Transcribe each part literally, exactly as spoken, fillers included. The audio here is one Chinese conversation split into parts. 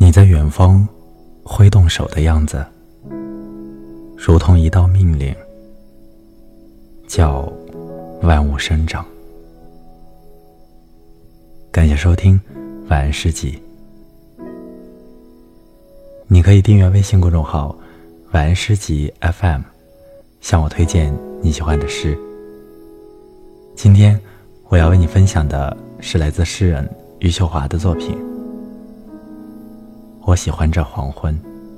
你在远方挥动手的样子，如同一道命令，叫万物生长。感谢收听晚安诗集。你可以订阅微信公众号晚安诗集 F M， 向我推荐你喜欢的诗。今天我要为你分享的是来自诗人余秀华的作品。我喜欢这黄昏。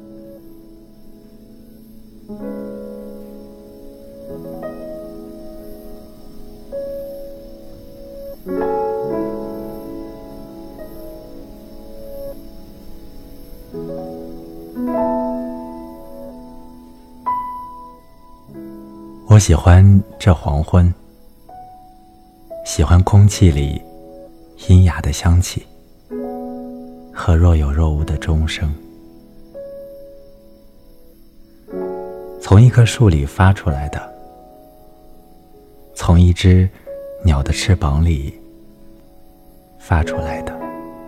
我喜欢这黄昏，喜欢空气里阴哑的香气和若有若无的钟声，从一棵树里发出来的，从一只鸟的翅膀里发出来的。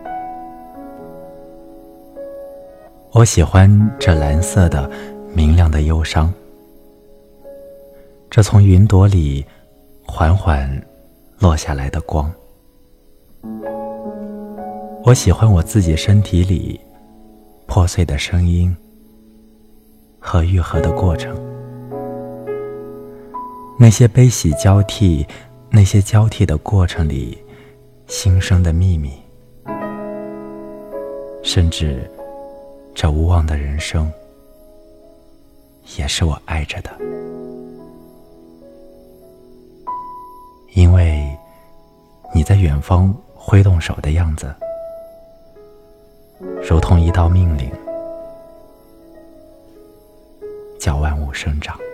我喜欢这蓝色的明亮的忧伤，这从云朵里缓缓落下来的光。我喜欢我自己身体里破碎的声音和愈合的过程，那些悲喜交替，那些交替的过程里新生的秘密，甚至这无望的人生也是我爱着的。因为你在远方挥动手的样子，如同一道命令，叫万物生长。